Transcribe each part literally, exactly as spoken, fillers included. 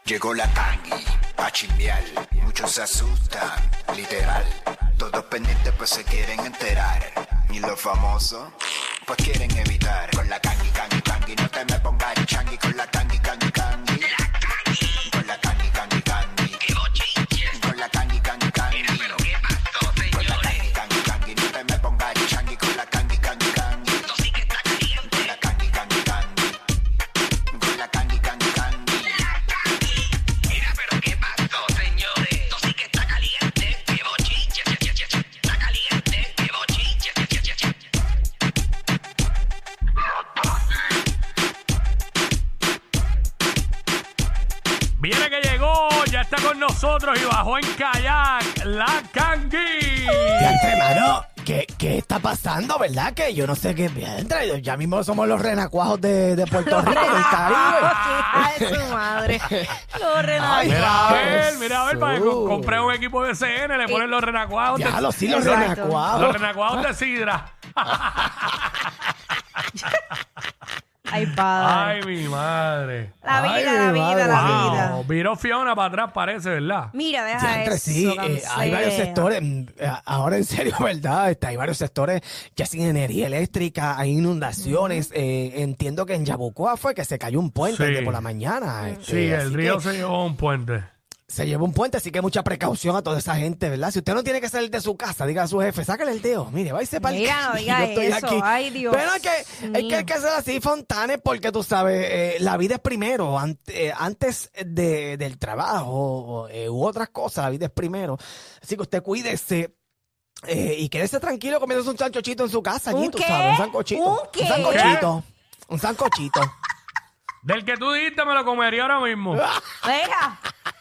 Llegó la Kangi, a chimbiar, muchos se asustan, literal. Todos pendientes pues se quieren enterar. Y los famosos, pues quieren evitar. Con la Kangi, Kangi, Kangi, no te me pongas changi. Con la Kangi, Kangi, Kangi. Con la Kangi, Kangi, Kangi. Con la Kangi, Kangi, Kangi. Pero qué pasó, señores. Con la Kangi, Kangi, Kangi, no te me pongas changi. Con la Kangi, Kangi, Kangi. Esto sí que está caliente. Con la Kangi, Kangi, Kangi. Con la Kangi, Kangi, Kangi. Mira, pero qué pasó, señores. Esto sí que está caliente. Qué bochinche, che, che, che, che. Está caliente. Qué bochinche, che, che, che, che. Viene que llegó, ya está con nosotros y bajó en kayak la Kangi. Ya, hermano, ¿qué, ¿qué está pasando, verdad? Que yo no sé qué mientras. Ya mismo somos los renacuajos de, de Puerto Rico, del Caribe. Ay, su madre. Los Ay, renacuajos. Mira a ver, Jesús. mira a ver, para que co- compré un equipo de C N, le ponen los renacuajos de, Ya lo sí, los Exacto. renacuajos. los renacuajos de sidra. Ay, padre. Ay, mi madre. La vida, Ay, la mi vida, madre. la Wow, vida. viró Fiona para atrás, parece, ¿verdad? Mira, deja Siempre eso. sí, eh, cansé. hay varios sectores, mm, eh, ahora en serio, ¿verdad? Este, hay varios sectores ya sin energía eléctrica, hay inundaciones. eh, entiendo que en Yabucoa fue que se cayó un puente Sí. de por la mañana. este, Sí, el así río que se llevó un puente. se llevó un puente, así que mucha precaución a toda esa gente, ¿verdad? Si usted no tiene que salir de su casa, diga a su jefe, sácale el dedo, mire, váyase para el Mira, no diga yo estoy eso. aquí. Ay, Dios Pero es que, es que mío. hay que hacer así, Fontanes, porque tú sabes, eh, la vida es primero, an- eh, antes de, del trabajo eh, u otras cosas, la vida es primero. Así que usted cuídese. Eh, y quédese tranquilo comiéndose un sancochito en su casa, allí, ¿Un tú qué? sabes, un sancochito. ¿Un qué? Un sancochito. Un sancochito. Del que tú dijiste me lo comería ahora mismo. Venga.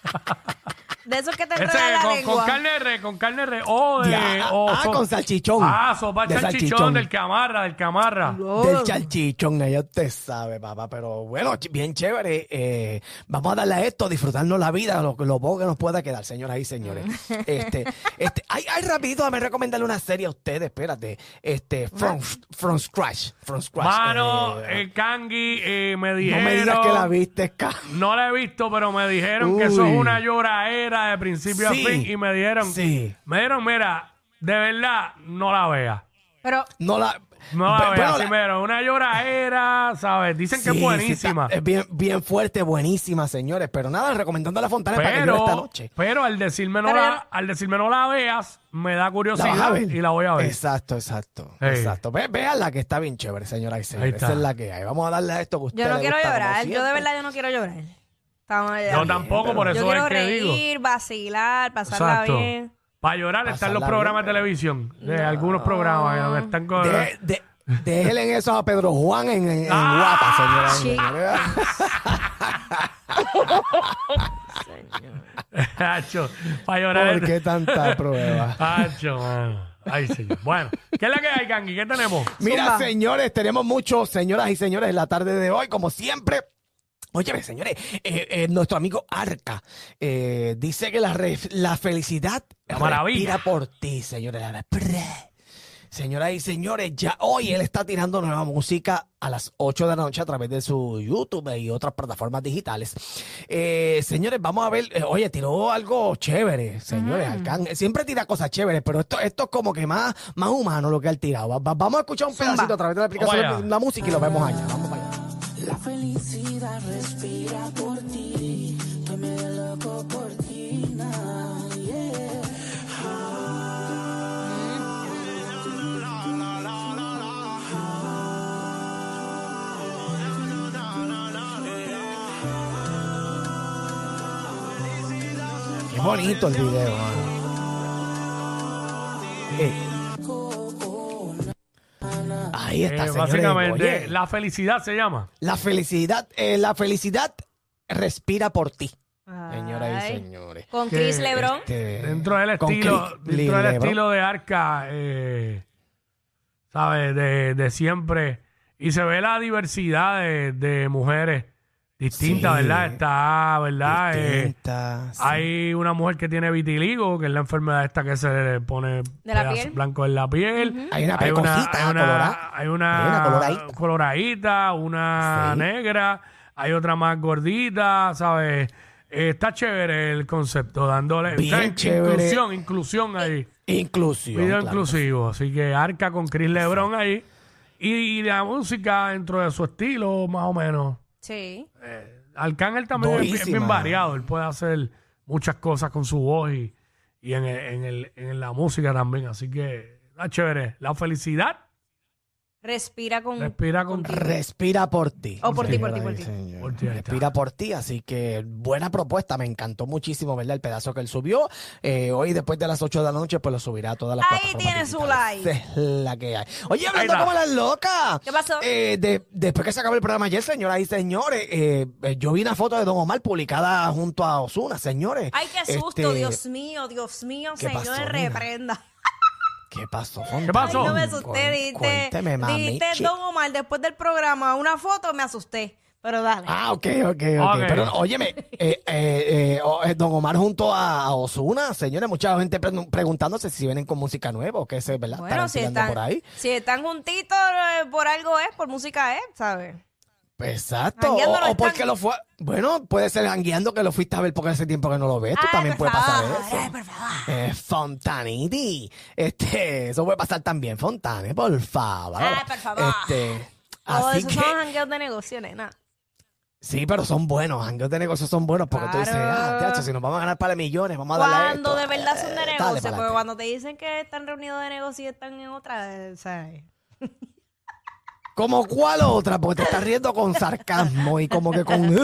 De esos que te Ese enredan la con, lengua. con carne de res, con carne de res. O de. Ya, o ah, so- con salchichón. Ah, sopa De de salchichón, salchichón. del camarra, del camarra. Oh. Del chalchichón, ya usted sabe, papá. Pero bueno, ch- bien chévere. Eh, vamos a darle a esto, disfrutarnos la vida, lo, lo poco que nos pueda quedar, señoras y señores. este, este, ay, ay, rapidito, déjame recomendarle una serie a ustedes, espérate. Este, From, from Scratch. From Scratch. Mano, Eh, el Kangi eh, me no dijeron. me digas que la viste, Ca- No la he visto, pero me dijeron que eso es Uy. una lloradera de principio Sí. a fin. Y me dijeron, Sí. me dijeron, mira, de verdad, no la veas. Pero, No la. No la Bueno, veas, la- sí, pero una lloradera, ¿sabes? Dicen que Sí, es sí, buenísima. está- es bien, bien fuerte, buenísima, señores. Pero nada, recomendando a la Fontana para que llore esta pero, noche. pero al decirme no Pero la, yo- al decirme no la veas, me da ¿La vas a curiosidad ver? y la voy a ver. Exacto, exacto. Hey. Exacto. Ve, vean la que está bien chévere, señora y Ahí señores. está. Esa es la que hay. Vamos a darle a esto que usted yo no le quiero gusta como llorar. Yo de siempre. verdad yo no quiero llorar. Estamos allá. Yo tampoco, pero- por Yo eso quiero es que digo. reír, vacilar, pasarla Exacto. bien. Para llorar están los Pasarla programas bien, de televisión, de algunos programas que donde están con... De, de, déjenle en eso a Pedro Juan en, en, en Ah, Guapa, señora y sí. señores. Hacho, para llorar. ¿Por qué tanta prueba? Hacho, mano. Ay, señor. Bueno, ¿qué es la que hay, Kangi? ¿Qué tenemos? Mira, Zumba. señores, tenemos muchos, señoras y señores, en la tarde de hoy, como siempre. Óyeme, señores, eh, eh, nuestro amigo Arca eh, dice que la, re- la felicidad La maravilla. respira por ti, señores. La- Señoras y señores, ya hoy él está tirando nueva música a las ocho de la noche a través de su YouTube y otras plataformas digitales. Eh, señores, vamos a ver, eh, oye, tiró algo chévere, señores. Arcángel siempre tira cosas chéveres, pero esto, esto es como que más, más humano lo que él tirado. Va- va- vamos a escuchar un Zumba. pedacito a través de la Vamos aplicación allá. de la música y lo vemos allá. Vamos para allá. La felicidad respira por ti, estoy medio loco por ti, nah, yeah. Qué bonito el video, mano. Eh. Ahí está, Eh, señores. básicamente, Oye, la felicidad se llama. la felicidad, eh, la felicidad respira por ti, señoras y Ay. señores. Con Que, Chris Lebron. Este, Dentro del con estilo, Chris dentro del Lebron. estilo de Arca, eh, ¿sabes? De, de siempre. Y se ve la diversidad de, de mujeres distintas, Sí. ¿verdad? Está, ¿verdad? Eh, Distinta, sí. hay una mujer que tiene vitiligo, que es la enfermedad esta que se le pone ¿De la pedazos piel? blancos en la piel. Hay una Hay una, precosita, hay una, colorada. hay una Hay una coloradita. coloradita, una Sí. negra, hay otra más gordita, ¿sabes? eh, está chévere el concepto, dándole Bien o sea, chévere. inclusión, inclusión ahí. Inclusión. Video claro. inclusivo. Así que Arca con Chris LeBron ahí. Y, y la música dentro de su estilo, más o menos. Sí. Arcángel también es, bien- es bien Durísima. variado. Él puede hacer muchas cosas con su voz y, y en, el- en, el- en la música también. Así que está chévere. La felicidad Respira con. respira con contigo. Respira por ti. O por ti, por ti, Señoras por y ti. señores. Por ti, ahí está. Respira por ti, así que buena propuesta, me encantó muchísimo, ¿verdad? El pedazo que él subió. Eh, hoy, después de las ocho de la noche, pues lo subirá a todas las Ahí plataformas tiene su digitales. like. Es la que hay. Oye, hablando Ahí está. como las locas. ¿Qué pasó? Eh, de- después que se acabó el programa ayer, señoras y señores, eh, eh, yo vi una foto de Don Omar publicada junto a Ozuna, señores. Ay, qué susto, Este, Dios mío, Dios mío, ¿qué Señor, pasó, nena? reprenda. ¿Qué pasó? ¿Qué pasó? Ay, no me Cuénteme, asusté, dijiste, Cuénteme, mami. dijiste Don Omar después del programa, una foto, me asusté. Pero dale. Ah, ok, ok, ok. Ok. Pero óyeme, eh, eh, eh, oh, eh, Don Omar junto a, a Ozuna, señores, mucha gente pre- preguntándose si vienen con música nueva o qué sé, ¿verdad? Bueno, Estarán si tirando están, por ahí. si están juntitos, eh, por algo es, por música es, ¿sabes? Exacto. Jangueando O, no o están. porque lo fue. Bueno, puede ser jangueando que lo fuiste a ver porque hace tiempo que no lo ves. Tú Ay, también por puede pasar favor, eso. ay, por favor. Eh, Fontaniti. Este, eso puede pasar también, Fontane, por favor. Ay, por favor. Este, Todo así eso que, son jangueos de negocio, nena. sí, pero son buenos. Jangueos de negocios son buenos porque tú dices, ah, Claro. teacho, si nos vamos a ganar para millones, vamos a darle a Cuando esto. de verdad son de Eh, dale negocio, pa'lante. porque cuando te dicen que están reunidos de negocio y están en otra, eh, ¿sabes? ¿Como cuál otra? Porque te estás riendo con sarcasmo y como que con...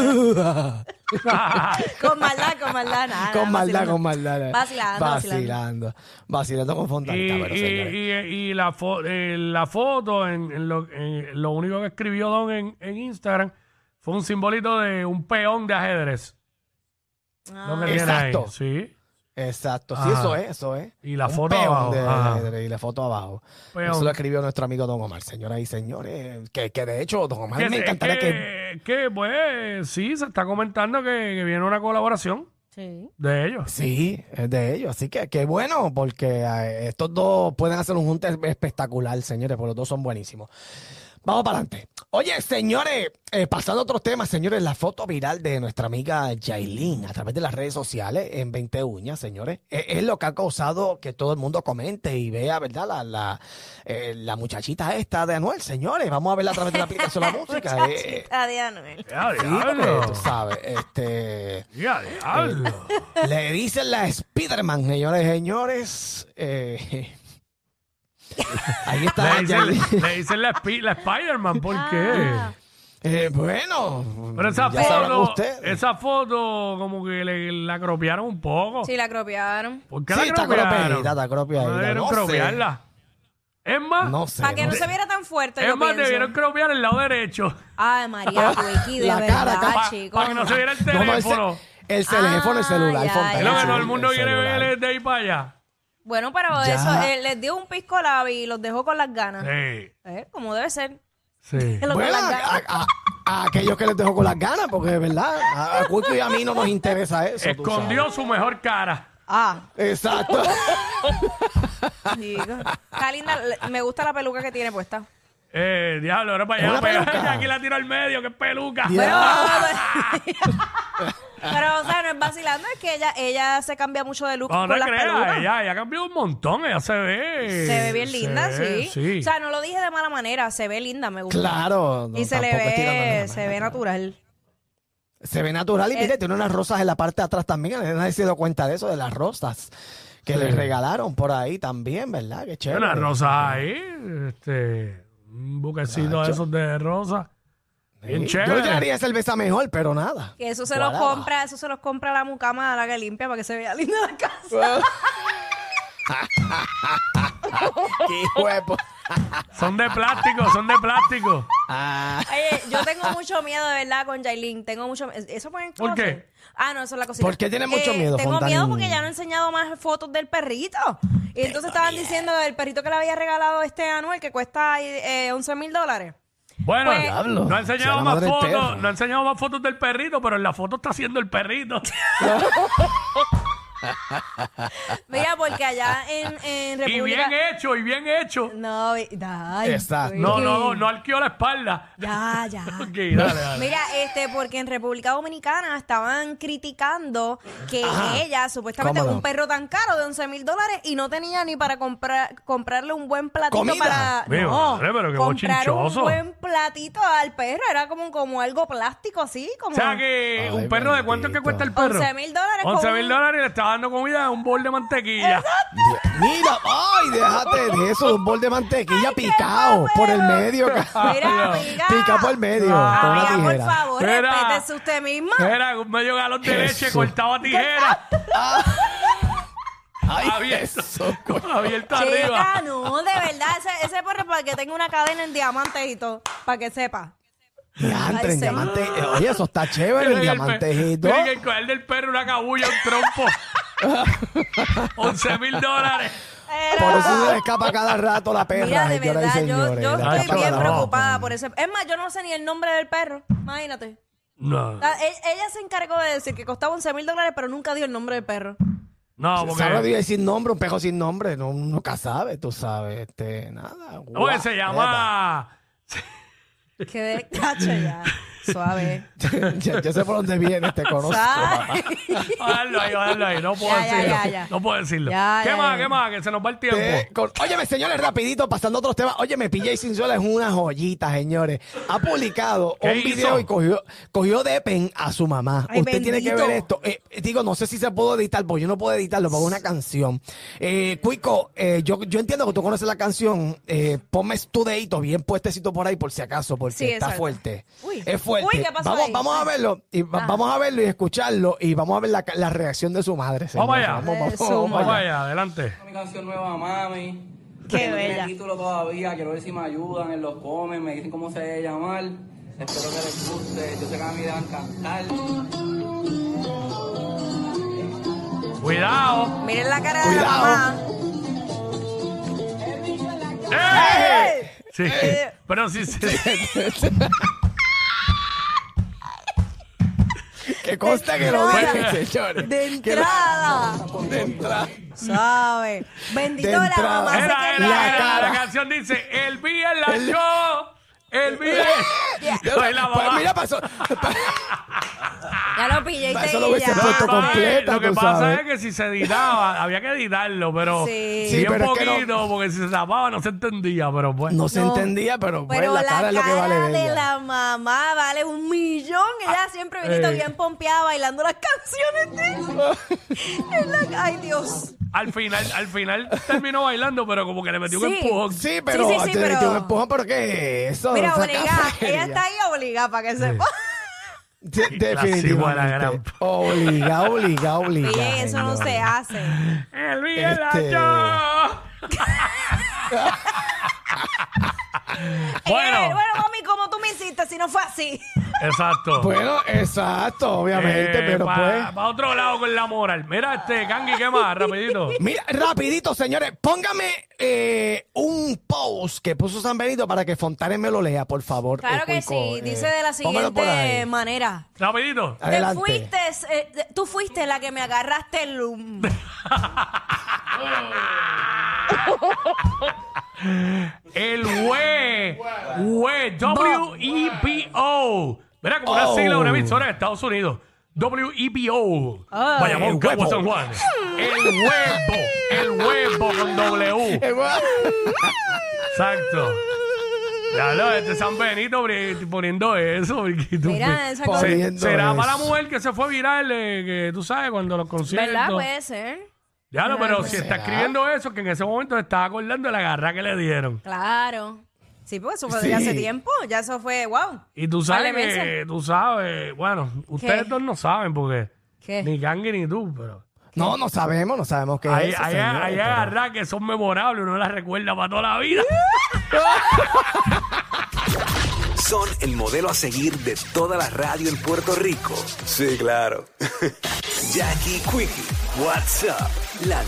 Con maldad, con maldad, nada. con nada, maldad, vacilando. con maldad. Vacilando, vacilando. Vacilando. Vacilando con y, Fontanita, pero y- señores. y- y la, fo- eh, la foto, en, en lo, en lo único que escribió Don en, en Instagram fue un simbolito de un peón de ajedrez. Ah. Lo que tiene Exacto. ahí, sí. Exacto, sí, Ajá. eso es, eso es. Y la Un foto peón abajo, de- ajá. de- y la foto abajo. Peón. Eso lo escribió nuestro amigo Don Omar, señoras y señores. Que, que de hecho, Don Omar Que, me es encantaría que... que, que, pues, sí, se está comentando que, que viene una colaboración Sí. de ellos. Sí, es de ellos. Así que qué bueno, porque eh, estos dos pueden hacer un junte espectacular, señores, porque los dos son buenísimos. Vamos para adelante. Oye, señores, eh, pasando a otros temas, señores, la foto viral de nuestra amiga Yailin a través de las redes sociales en veinte uñas, señores, es, es lo que ha causado que todo el mundo comente y vea, ¿verdad? La, la, eh, la muchachita esta de Anuel, señores. Vamos a verla a través de la aplicación de la música. eh, Muchachita de Anuel. Ya, sí, diablo. porque tú sabes, este... Ya, diablo. Le dicen la Spiderman, señores, señores. Eh, ahí está. Le dicen, Yailin. le dicen la, Spi- la Spider-Man, ¿por qué? Ah. Eh, bueno. Pero esa ya sabrán foto, ustedes. esa foto como que le, la cropearon un poco. Sí, la cropearon. ¿Por qué Sí, la está cropearon? cropeadita, está cropeadita. No debieron No sé. cropearla. Es más, No sé. Para que no sé. se viera tan fuerte, es yo más pienso. debieron cropear el lado derecho. Ay, María Wiki, de La verdad, cara, acá. Para chicos. que no se viera el No, no, el, ce- teléfono. el teléfono, el celular, ya, Fontana, Es lo que sí, todo el mundo el quiere celular. ver de ahí para allá. Bueno, pero Ya. eso, eh, les dio un pisco labi y los dejó con las ganas. Sí, Eh, como debe ser. sí. Los Bueno, con las a, ganas. a- a aquellos que les dejo con las ganas, porque de verdad, a, a Cuico y a mí no nos interesa eso. tú Escondió su mejor cara. Ah, sabes. Exacto. digo. Está linda, le- me gusta la peluca que tiene puesta. Eh, diablo, ahora para Es allá. una Pero peluca. aquí la tiro al medio, que es peluca. Ya. Pero, o sea, no es vacilando, es que ella, ella se cambia mucho de look No con te las creas, pelucas. ella, ella ha cambiado un montón, ella se ve. Se ve bien linda, se ve, sí. sí. O sea, no lo dije de mala manera, se ve linda, me gusta. Claro. no, y se le tampoco es tirando ve, nada, se ve nada. natural. Se ve natural y Eh, mire, tiene unas rosas en la parte de atrás también. Nadie se dio cuenta de eso, de las rosas que Sí. le regalaron por ahí también, ¿verdad? Qué chévere. Unas rosas ahí, este, un buquecito de Nacho. esos de rosa. Bien Sí. chévere. Yo le tiraría cerveza mejor, pero nada. Que eso se Guaraba. los compra, eso se los compra la mucama a la que limpia para que se vea linda la casa. Qué huevo. Son de plástico, son de plástico. Ah, Oye, yo tengo mucho miedo de verdad con Yailin. Tengo mucho ¿Eso pueden ¿Por qué? conocer? Ah, no, eso es la cosita. ¿Por qué tienes mucho miedo, Tengo Fontanín? miedo porque ya no he enseñado más fotos del perrito. Y entonces estaban diciendo del perrito que le había regalado este Anuel que cuesta eh, once mil dólares. Bueno, Pues- Diablo. no ha Sea enseñado la más madre del fotos, perro. no ha enseñado más fotos del perrito, pero en la foto está haciendo el perrito. Mira, porque allá en, en Y República... bien hecho, y bien hecho. No, ay, Exacto. No, Quickie. no, no, no arqueó la espalda. Ya, ya. Ok, dale, dale. Mira, este, porque en República Dominicana estaban criticando que Ajá. ella, supuestamente, ¿Cómo no? un perro tan caro de once mil dólares y no tenía ni para comprar comprarle un buen platito ¿Comida? para. Mi no, madre, pero qué comprar un bochinchoso. buen platito al perro. Era como, como algo plástico así, como. O sea que Ay, un perro, ¿de cuánto es que bendito. cuesta el perro? once mil dólares. con once mil un- dólares y le estaba dando comida en un bol de mantequilla. Mira, ay, déjate de eso, un bol de mantequilla picado papel. por el medio. Mira, pica. Pica por el medio, Ah, con una Amiga, por tijera. favor, Mira. respétese usted misma. Era un medio galón de leche Eso. cortado a tijera. Ay, abierto. eso. Abierto Chica, arriba. no, de verdad, ese, ese perro para que tenga una cadena en diamantes y todo, para que sepa. Diantre, Ay, en sí. diamante. eh, Oye, eso está chévere, el Mira, diamantejito. Mira que el coger del perro una cabulla, un trompo. once mil dólares. Por eso se le escapa cada rato la perra, Mira, de señoras y verdad, yo, señores. yo Le Ay, estoy escapa bien cada preocupada rato. por ese. Es más, yo no sé ni el nombre del perro. Imagínate. No. La- e- ella se encargó de decir que costaba once mil dólares, pero nunca dio el nombre del perro. No, Sabe porque, Dios sin nombre, un pejo sin nombre, no, nunca sabe, tú sabes, este, nada. porque se llama. Que de cacho ya. Suave. ya, ya sé por dónde viene, te conozco. ¿Sabes? Déjalo ahí, déjalo ahí. No puedo Ya, ya, decirlo. ya, ya. No puedo decirlo. Ya, ¿Qué ya, más? ya. ¿Qué más? Que se nos va el tiempo. Eh, con- óyeme, señores, rapidito, pasando a otros temas. Óyeme, P J Cinzuela es una joyita, señores. Ha publicado ¿Qué un hizo? video y cogió, cogió de pen a su mamá. Ay, Usted tiene que bendito. ver esto. Eh, digo, no sé si se puede editar, porque yo no puedo editarlo, porque es una canción. Eh, Cuico, eh, yo, yo entiendo que tú conoces la canción. Eh, ponme tu dedito bien puestecito por ahí, por si acaso, porque Sí, está exacto. fuerte. Uy. Es fuerte. Uy, ¿qué pasó vamos, ahí? vamos a verlo. Y va- Ah. vamos a verlo y escucharlo. Y vamos a ver la, la reacción de su madre. Vamos señores. allá. Vamos, vamos, Eso, vamos Vamos allá. allá, adelante. Mi canción nueva, mami. Qué No tiene bella. título todavía, quiero ver si me ayudan en los comments, me dicen cómo se debe llamar. Espero que les guste, yo sé que a mí me van a encantar. Cuidado. Miren la cara Cuidado. de la mamá. ¡Eh! Sí. Eh. Pero sí, sí. Que consta que lo entrada. dije, señores. De Que lo- entrada. de entrada. Sabe. Bendito De la entrada. mamá se Era, quería. era, La era, cara. la canción dice, el vía la yo, el vía. Soy la Pues mamá. mira, pasó. Ya lo pillé y Para te eso lo hubiese ya. puesto Lo que- completa, Lo que tú pasa sabes. es que si se editaba, había que editarlo, pero Sí. Sí, bien pero es que poquito, no- porque si se tapaba no se entendía, pero pues. No se No. entendía, pero, pues, Pero la la cara es lo que vale de de ella. la mamá vale un millón. Ella siempre vinito eh. bien pompeada bailando las canciones de él. En la- Ay, Dios. Al final, al final terminó bailando, pero como que le metió un Sí. empujón. Sí, pero Sí, sí, sí, te pero- metió un empujón, pero ¿qué es eso? Mira, Saca obligada. feria. Ella está ahí obligada para que sepa. De- Qué clase buena definitivamente. gran- Obliga, obliga, obliga. Oye, eso no se señores. hace. El vía la Este- yo. Bueno, Bueno, bueno, mami, como tú me hiciste si no fue así? exacto. Bueno, exacto, obviamente, Eh, pero para pues. otro lado con la moral. Mira, este, Kangi, ¿qué más? Rapidito. Mira, rapidito, señores, póngame eh, un post que puso San Benito para que Fontanes me lo lea, por favor. Claro eh, que Cuico, sí. eh, Dice de la póngalo por siguiente ahí. manera. Rapidito. Adelante. Te fuiste, eh, de- tú fuiste la que me agarraste el... um, El we, we, W E B O. Mira, como una Oh. sigla de una emisora en Estados Unidos. W E B O. Ah. Bayamón, El Cagua, huevo. San Juan. El huevo. El huevo con W. Eh, bueno. Exacto. Ya lo, este San Benito bri- poniendo eso. porque tú- Mira, esa Por- cosa. Se- poniendo será para la eso. mujer que se fue viral, eh, que tú sabes, cuando los conciertos. ¿Verdad? Puede ser. Ya no, pero si ¿Será? está escribiendo eso, que en ese momento se estaba acordando de la garra que le dieron. Claro. Sí, porque eso fue Sí. de hace tiempo. Ya eso fue, wow. Y tú sabes Vale, que, mensa. tú sabes, bueno, ustedes dos no saben porque ¿Qué? ni Kangi ni tú, pero No, no sabemos, no sabemos qué hay, es eso, hay, señores, hay pero- agarras que son memorables, uno las recuerda para toda la vida. Son el modelo a seguir de toda la radio en Puerto Rico. Sí, claro. Jackie Quickie, WhatsApp, la